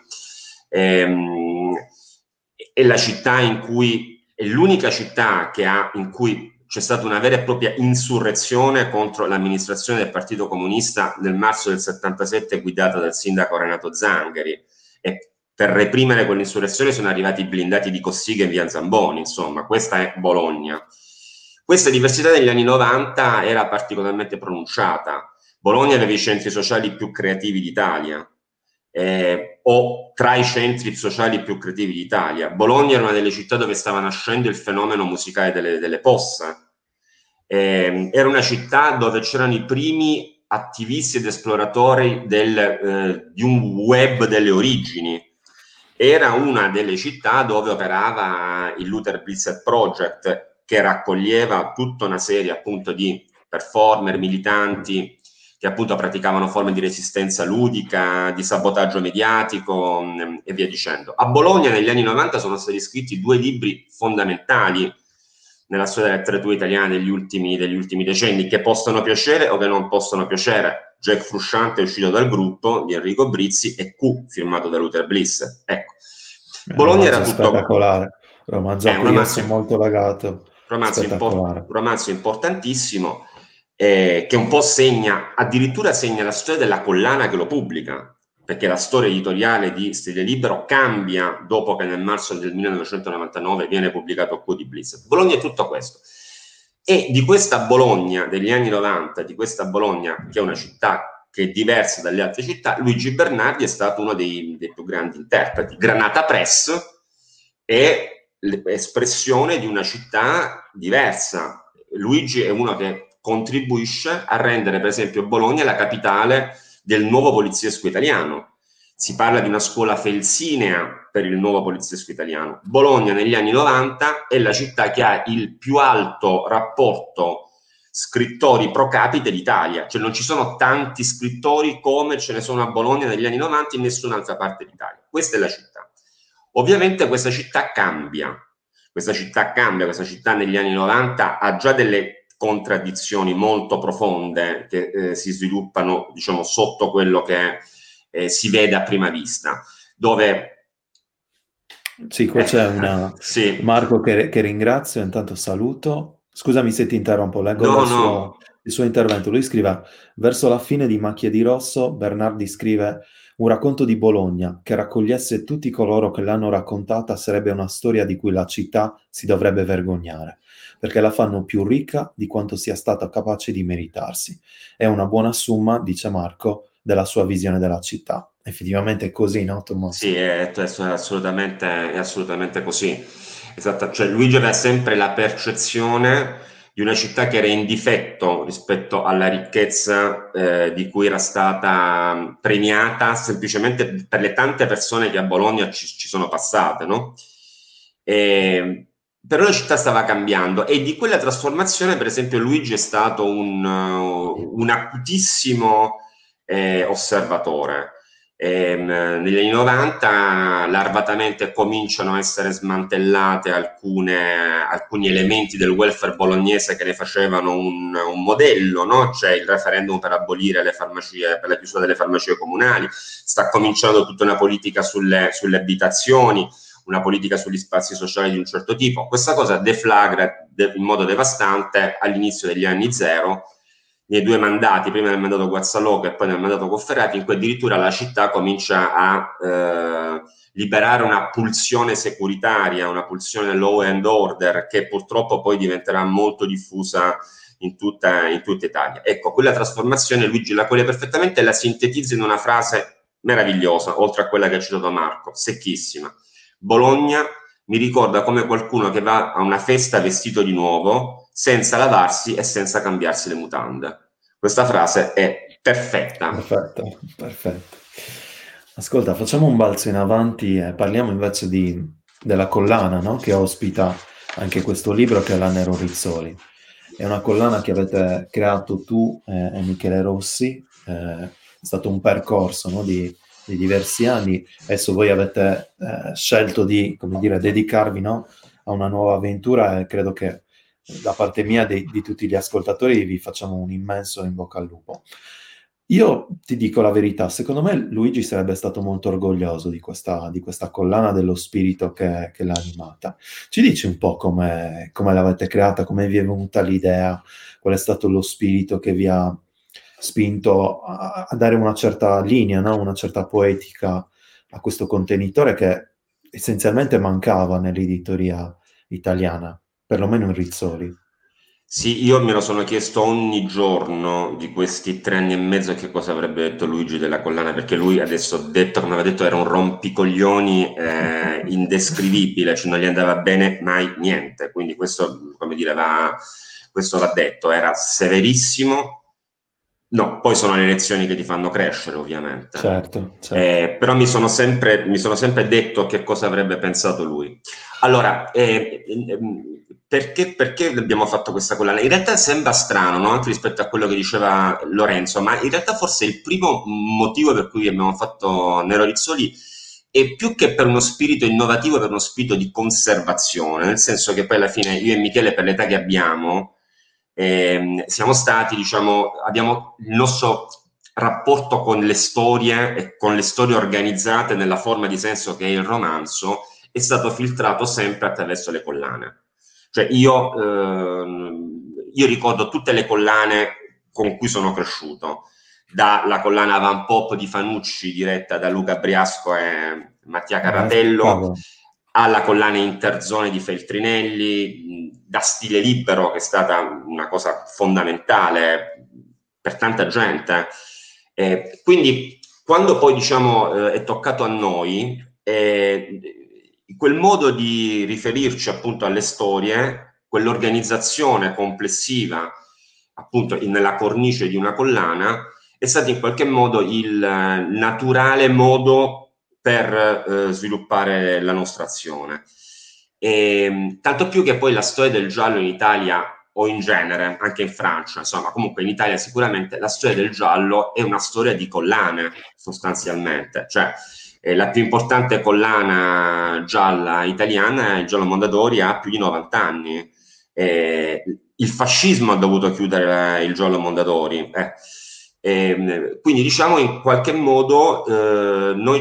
è la città in cui, è l'unica città in cui c'è stata una vera e propria insurrezione contro l'amministrazione del Partito Comunista nel marzo del 77 guidata dal sindaco Renato Zangheri, e per reprimere quell'insurrezione sono arrivati i blindati di Cossiga in via Zamboni. Insomma, questa è Bologna. Questa diversità negli anni 90 era particolarmente pronunciata. Bologna aveva i centri sociali più creativi d'Italia, o tra i centri sociali più creativi d'Italia. Bologna era una delle città dove stava nascendo il fenomeno musicale delle posse. Era una città dove c'erano i primi attivisti ed esploratori di un web delle origini. Era una delle città dove operava il Luther Blizzer Project, che raccoglieva tutta una serie appunto di performer, militanti che appunto praticavano forme di resistenza ludica, di sabotaggio mediatico e via dicendo. A Bologna negli anni 90 sono stati scritti due libri fondamentali nella storia della letteratura italiana degli ultimi decenni, che possono piacere o che non possono piacere. Jack Frusciante è uscito dal gruppo di Enrico Brizzi e Q firmato da Luther Bliss. Ecco. È un Bologna era romanzo tutto... spettacolare, romanzo È a un cui io romanzo, sono molto legato, un spettacolare. romanzo importantissimo, che un po' addirittura segna la storia della collana che lo pubblica, perché la storia editoriale di Stile Libero cambia dopo che nel marzo del 1999 viene pubblicato Q di Blitz. Bologna è tutto questo. E di questa Bologna degli anni 90, di questa Bologna che è una città che è diversa dalle altre città, Luigi Bernardi è stato uno dei più grandi interpreti. Granata Press è l'espressione di una città diversa. Luigi è uno che contribuisce a rendere, per esempio, Bologna la capitale del nuovo poliziesco italiano. Si parla di una scuola felsinea per il nuovo poliziesco italiano. Bologna negli anni 90 è la città che ha il più alto rapporto scrittori pro capite d'Italia, cioè non ci sono tanti scrittori come ce ne sono a Bologna negli anni 90 in nessun'altra parte d'Italia. Questa è la città. Ovviamente questa città cambia, questa città negli anni 90 ha già delle contraddizioni molto profonde che si sviluppano, diciamo, sotto quello che si vede a prima vista, dove... Sì, qua c'è una... sì. Marco che ringrazio, intanto saluto. Scusami se ti interrompo, leggo No, il suo intervento. Lui scrive, verso la fine di Macchie di Rosso, Bernardi scrive, un racconto di Bologna che raccogliesse tutti coloro che l'hanno raccontata sarebbe una storia di cui la città si dovrebbe vergognare, perché la fanno più ricca di quanto sia stata capace di meritarsi. È una buona somma, dice Marco, della sua visione della città. Effettivamente è così, no, Tommaso? sì, è assolutamente così. Esatto, cioè Luigi aveva sempre la percezione di una città che era in difetto rispetto alla ricchezza di cui era stata premiata semplicemente per le tante persone che a Bologna ci sono passate, no? Però la città stava cambiando e di quella trasformazione, per esempio, Luigi è stato un acutissimo osservatore. Negli anni 90 larvatamente cominciano a essere smantellate alcuni elementi del welfare bolognese che ne facevano un modello, no? C'è il referendum per abolire le farmacie, per la chiusura delle farmacie comunali, sta cominciando tutta una politica sulle abitazioni, una politica sugli spazi sociali di un certo tipo. Questa cosa deflagra in modo devastante all'inizio degli anni zero, nei due mandati, prima nel mandato Guazzaloco e poi nel mandato Cofferati, in cui addirittura la città comincia a liberare una pulsione securitaria, una pulsione law and order, che purtroppo poi diventerà molto diffusa in tutta Italia. Ecco, quella trasformazione Luigi la coglie perfettamente e la sintetizza in una frase meravigliosa, oltre a quella che ha citato Marco, secchissima. Bologna mi ricorda come qualcuno che va a una festa vestito di nuovo, senza lavarsi e senza cambiarsi le mutande. Questa frase è perfetta. Perfetto, perfetto. Ascolta, facciamo un balzo in avanti e parliamo invece della collana, no? Che ospita anche questo libro che è la Nero Rizzoli. È una collana che avete creato tu e Michele Rossi, è stato un percorso, no? di diversi anni. Adesso voi avete scelto di, come dire, dedicarvi, no? A una nuova avventura e credo che da parte mia di tutti gli ascoltatori vi facciamo un immenso in bocca al lupo. Io ti dico la verità, secondo me Luigi sarebbe stato molto orgoglioso di questa collana dello spirito che l'ha animata. Ci dici un po' come l'avete creata, come vi è venuta l'idea, qual è stato lo spirito che vi ha spinto a dare una certa linea, no? Una certa poetica a questo contenitore che essenzialmente mancava nell'editoria italiana, perlomeno in Rizzoli. Sì, io me lo sono chiesto ogni giorno di questi 3 anni e mezzo che cosa avrebbe detto Luigi della collana, perché lui adesso, detto come aveva detto, era un rompicoglioni indescrivibile, cioè non gli andava bene mai niente, quindi questo, come dire, questo va detto, era severissimo. No, poi sono le lezioni che ti fanno crescere, ovviamente. Certo, certo. Però mi sono sempre detto che cosa avrebbe pensato lui. Allora, perché abbiamo fatto questa collana? In realtà sembra strano, no? Anche rispetto a quello che diceva Lorenzo, ma in realtà forse il primo motivo per cui abbiamo fatto Nero Rizzoli è più che per uno spirito innovativo, per uno spirito di conservazione, nel senso che poi alla fine io e Michele, per l'età che abbiamo, siamo stati, diciamo, abbiamo il nostro rapporto con le storie e con le storie organizzate nella forma di senso che è il romanzo è stato filtrato sempre attraverso le collane. Cioè io ricordo tutte le collane con cui sono cresciuto, dalla collana Van Pop di Fanucci diretta da Luca Briasco e Mattia Carratello, alla collana Interzone di Feltrinelli, da Stile Libero, che è stata una cosa fondamentale per tanta gente. Quindi quando poi è toccato a noi, quel modo di riferirci appunto alle storie, quell'organizzazione complessiva appunto nella cornice di una collana, è stato in qualche modo il naturale modo per sviluppare la nostra azione. Tanto più che poi la storia del giallo in Italia o in genere, anche in Francia, insomma, comunque in Italia sicuramente la storia del giallo è una storia di collane, sostanzialmente. Cioè, la più importante collana gialla italiana, il Giallo Mondadori, ha più di 90 anni. Il fascismo ha dovuto chiudere il Giallo Mondadori. Quindi diciamo in qualche modo noi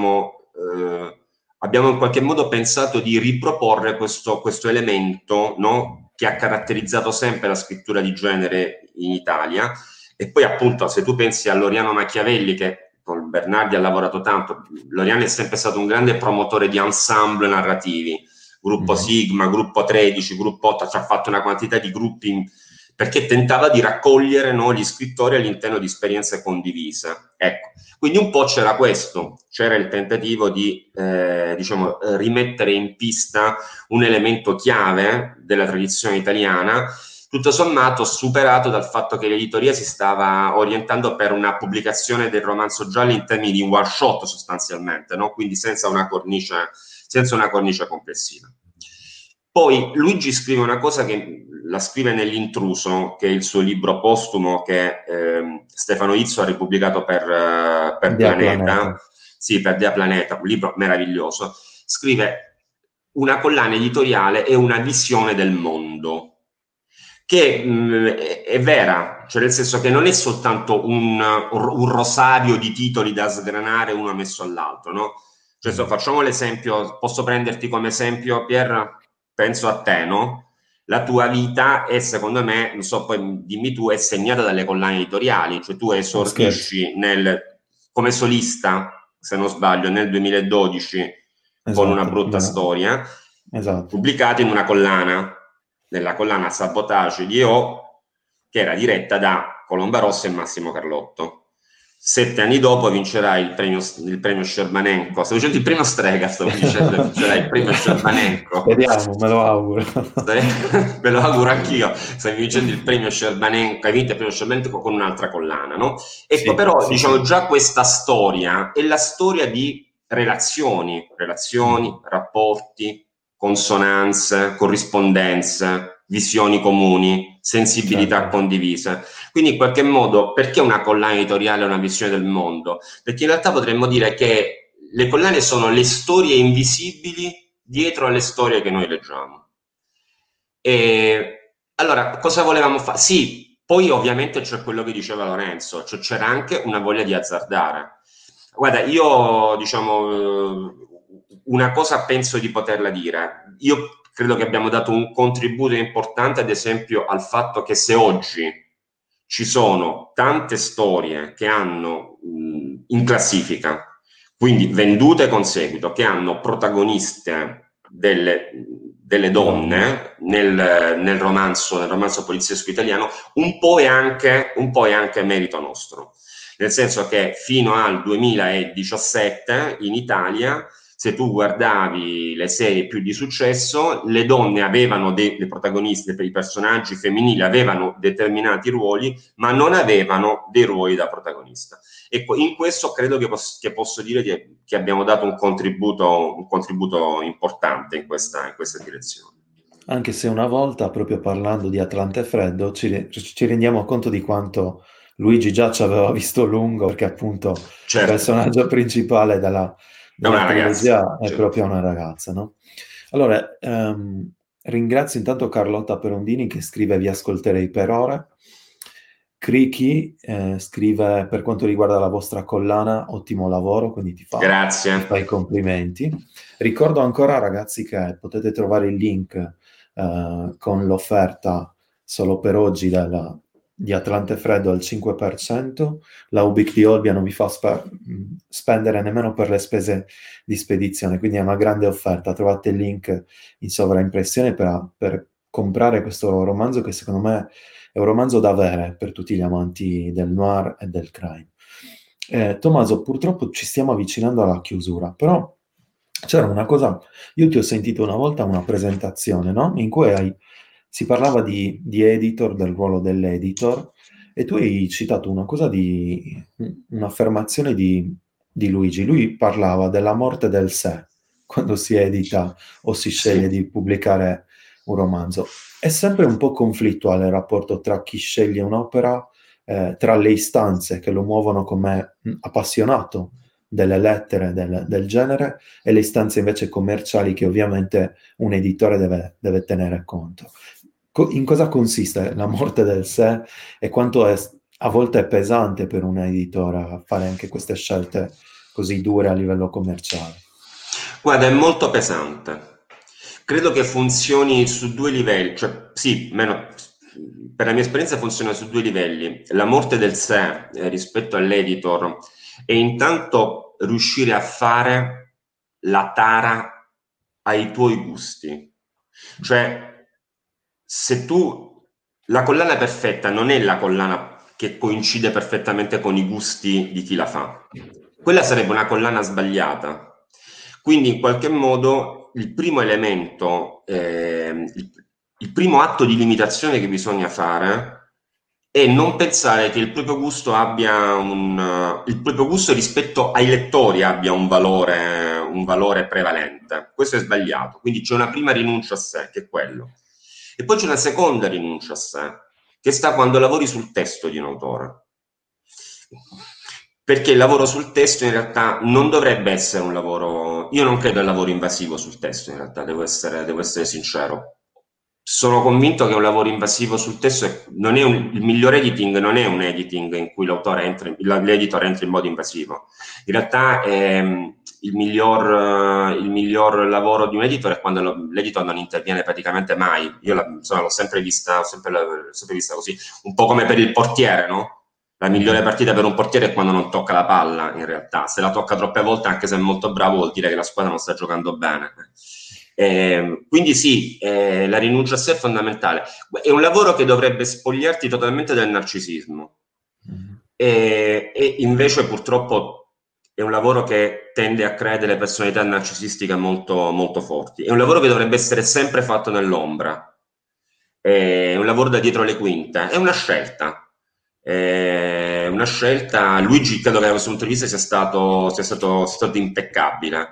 abbiamo in qualche modo pensato di riproporre questo elemento, no? Che ha caratterizzato sempre la scrittura di genere in Italia. E poi appunto se tu pensi a Loriano Machiavelli, che con Bernardi ha lavorato tanto, Loriano è sempre stato un grande promotore di ensemble narrativi, gruppo Sigma, gruppo 13, gruppo 8, ci ha fatto una quantità di gruppi perché tentava di raccogliere, no, gli scrittori all'interno di esperienze condivise. Ecco, quindi un po' c'era questo, c'era il tentativo di rimettere in pista un elemento chiave della tradizione italiana, tutto sommato superato dal fatto che l'editoria si stava orientando per una pubblicazione del romanzo giallo in termini di one shot sostanzialmente, no? Quindi senza una cornice complessiva. Poi Luigi scrive una cosa che la scrive nell'Intruso, che è il suo libro postumo che Stefano Izzo ha ripubblicato per Planeta. Sì, per Dea Planeta, un libro meraviglioso. Scrive una collana editoriale e una visione del mondo, che è vera, cioè nel senso che non è soltanto un rosario di titoli da sgranare uno messo all'altro, no? Cioè, facciamo l'esempio, posso prenderti come esempio, Pier, penso a te, no? La tua vita è, secondo me, non so, poi dimmi tu, è segnata dalle collane editoriali, cioè tu esordisci come solista, se non sbaglio, nel 2012 con Una brutta storia, pubblicata in una collana, nella collana Sabotage di O, che era diretta da Colomba Rossa e Massimo Carlotto. 7 anni dopo vincerà il premio Scerbanenko. Stavo dicendo il premio Strega, stavo dicendo vincerà il premio Scerbanenko. Speriamo, me lo auguro. Me lo auguro anch'io. Stai vincendo il premio Scerbanenko, hai vinto il premio Scerbanenko con un'altra collana, no? Ecco, sì, però, sì, diciamo, sì. Già questa storia è la storia di relazioni, rapporti, consonanze, corrispondenze, visioni comuni, sensibilità condivise. Quindi in qualche modo, perché una collana editoriale è una visione del mondo? Perché in realtà potremmo dire che le collane sono le storie invisibili dietro alle storie che noi leggiamo. E allora, cosa volevamo fare? Sì, poi ovviamente c'è quello che diceva Lorenzo, cioè c'era anche una voglia di azzardare. Guarda, io una cosa penso di poterla dire. Io credo che abbiamo dato un contributo importante, ad esempio, al fatto che se oggi ci sono tante storie che hanno in classifica, quindi vendute con seguito, che hanno protagoniste delle donne nel romanzo poliziesco italiano, un po' è anche merito nostro. Nel senso che fino al 2017 in Italia, se tu guardavi le serie più di successo, le donne avevano le protagoniste, per i personaggi femminili avevano determinati ruoli, ma non avevano dei ruoli da protagonista. Ecco, in questo credo che posso dire che abbiamo dato un contributo importante in questa direzione. Anche se una volta, proprio parlando di Atlante Freddo, ci rendiamo conto di quanto Luigi già ci aveva visto lungo, perché appunto il personaggio principale della trilogia è proprio una ragazza, no? Allora, ringrazio intanto Carlotta Perondini che scrive: vi ascolterei per ore. Crichi scrive: per quanto riguarda la vostra collana, ottimo lavoro, quindi ti fa i Grazie. complimenti. Ricordo ancora, ragazzi, che potete trovare il link con l'offerta solo per oggi di Atlante Freddo al 5%. La Ubic di Olbia non vi fa spendere nemmeno per le spese di spedizione, quindi è una grande offerta. Trovate il link in sovraimpressione per comprare questo romanzo, che secondo me è un romanzo da avere per tutti gli amanti del noir e del crime. Tommaso, purtroppo ci stiamo avvicinando alla chiusura, però c'era una cosa, io ti ho sentito una volta una presentazione, no? In cui si parlava di editor, del ruolo dell'editor, e tu hai citato una cosa un'affermazione di Luigi. Lui parlava della morte del sé quando si edita o si sceglie Sì. di pubblicare un romanzo. È sempre un po' conflittuale il rapporto tra chi sceglie un'opera, tra le istanze che lo muovono come appassionato delle lettere del genere e le istanze invece commerciali che ovviamente un editore deve tenere conto. In cosa consiste la morte del sé e quanto a volte è pesante per un editore fare anche queste scelte così dure a livello commerciale? Guarda, è molto pesante. Credo che funzioni su due livelli, cioè sì, per la mia esperienza funziona su due livelli. La morte del sé rispetto all'editor è intanto riuscire a fare la tara ai tuoi gusti. Cioè, se tu... La collana perfetta non è la collana che coincide perfettamente con i gusti di chi la fa. Quella sarebbe una collana sbagliata. Quindi in qualche modo il primo elemento, il primo atto di limitazione che bisogna fare è non pensare che il proprio gusto il proprio gusto rispetto ai lettori abbia un valore prevalente. Questo è sbagliato. Quindi c'è una prima rinuncia a sé, che è quello. E poi c'è una seconda rinuncia a sé, che sta quando lavori sul testo di un autore. Perché il lavoro sul testo in realtà non dovrebbe essere un lavoro... Io non credo al lavoro invasivo sul testo, in realtà, devo essere sincero. Sono convinto che un lavoro invasivo sul testo non è il miglior editing non è un editing in cui l'editor entra in modo invasivo. In realtà il miglior lavoro di un editor è quando l'editor non interviene praticamente mai. Io l'ho sempre vista così, un po' come per il portiere, no? La migliore Mhm. partita per un portiere è quando non tocca la palla, in realtà. Se la tocca troppe volte, anche se è molto bravo, vuol dire che la squadra non sta giocando bene. Quindi sì, la rinuncia a sé è fondamentale. È un lavoro che dovrebbe spogliarti totalmente del narcisismo. Mhm. E invece purtroppo è un lavoro che tende a creare delle personalità narcisistiche molto, molto forti. È un lavoro che dovrebbe essere sempre fatto nell'ombra. È un lavoro da dietro le quinte. È una scelta. Una scelta. Luigi credo che da questo punto di vista sia stato impeccabile.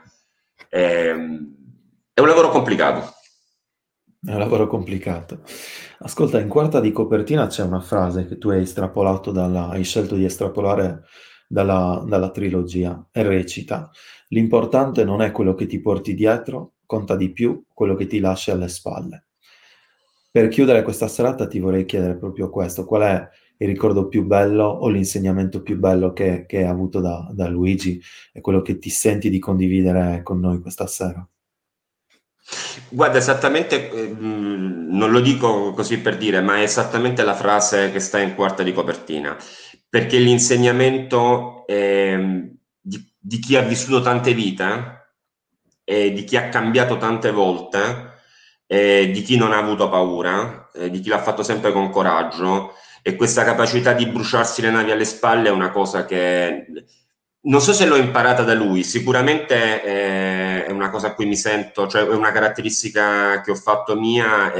È un lavoro complicato. È un lavoro complicato. Ascolta, in quarta di copertina c'è una frase che tu hai scelto di estrapolare dalla trilogia e recita: l'importante non è quello che ti porti dietro, conta di più quello che ti lasci alle spalle. Per chiudere questa serata ti vorrei chiedere proprio questo: qual è il ricordo più bello o l'insegnamento più bello che hai avuto da Luigi e quello che ti senti di condividere con noi questa sera? Guarda, esattamente, non lo dico così per dire, ma è esattamente la frase che sta in quarta di copertina, perché l'insegnamento di chi ha vissuto tante vite e di chi ha cambiato tante volte, di chi non ha avuto paura, di chi l'ha fatto sempre con coraggio, e questa capacità di bruciarsi le navi alle spalle è una cosa che non so se l'ho imparata da lui, sicuramente è una cosa a cui mi sento, cioè è una caratteristica che ho fatto mia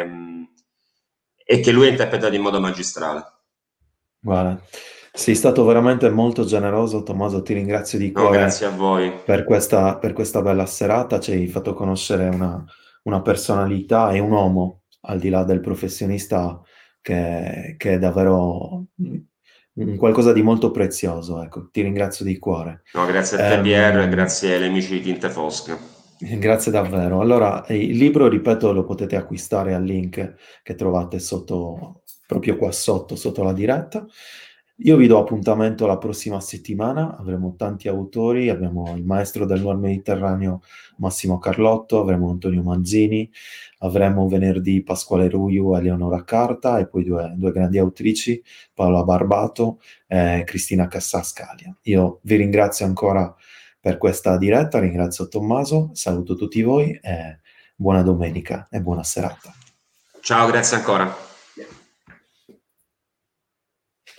e che lui ha interpretato in modo magistrale. Guarda, sei stato veramente molto generoso, Tommaso, ti ringrazio di No, cuore grazie a voi. per questa bella serata, ci hai fatto conoscere una personalità e un uomo, al di là del professionista, che è davvero un qualcosa di molto prezioso, ecco, ti ringrazio di cuore. No, grazie a te Pierre, Ehm, grazie agli amici di Tinte Fosche. Grazie davvero. Allora, il libro, ripeto, lo potete acquistare al link che trovate sotto proprio qua sotto la diretta. Io vi do appuntamento la prossima settimana, avremo tanti autori, abbiamo il maestro del Nord Mediterraneo Massimo Carlotto, avremo Antonio Manzini, avremo venerdì Pasquale Ruiu e Eleonora Carta e poi due grandi autrici, Paola Barbato e Cristina Cassascalia. Io vi ringrazio ancora per questa diretta, ringrazio Tommaso, saluto tutti voi e buona domenica e buona serata. Ciao, grazie ancora.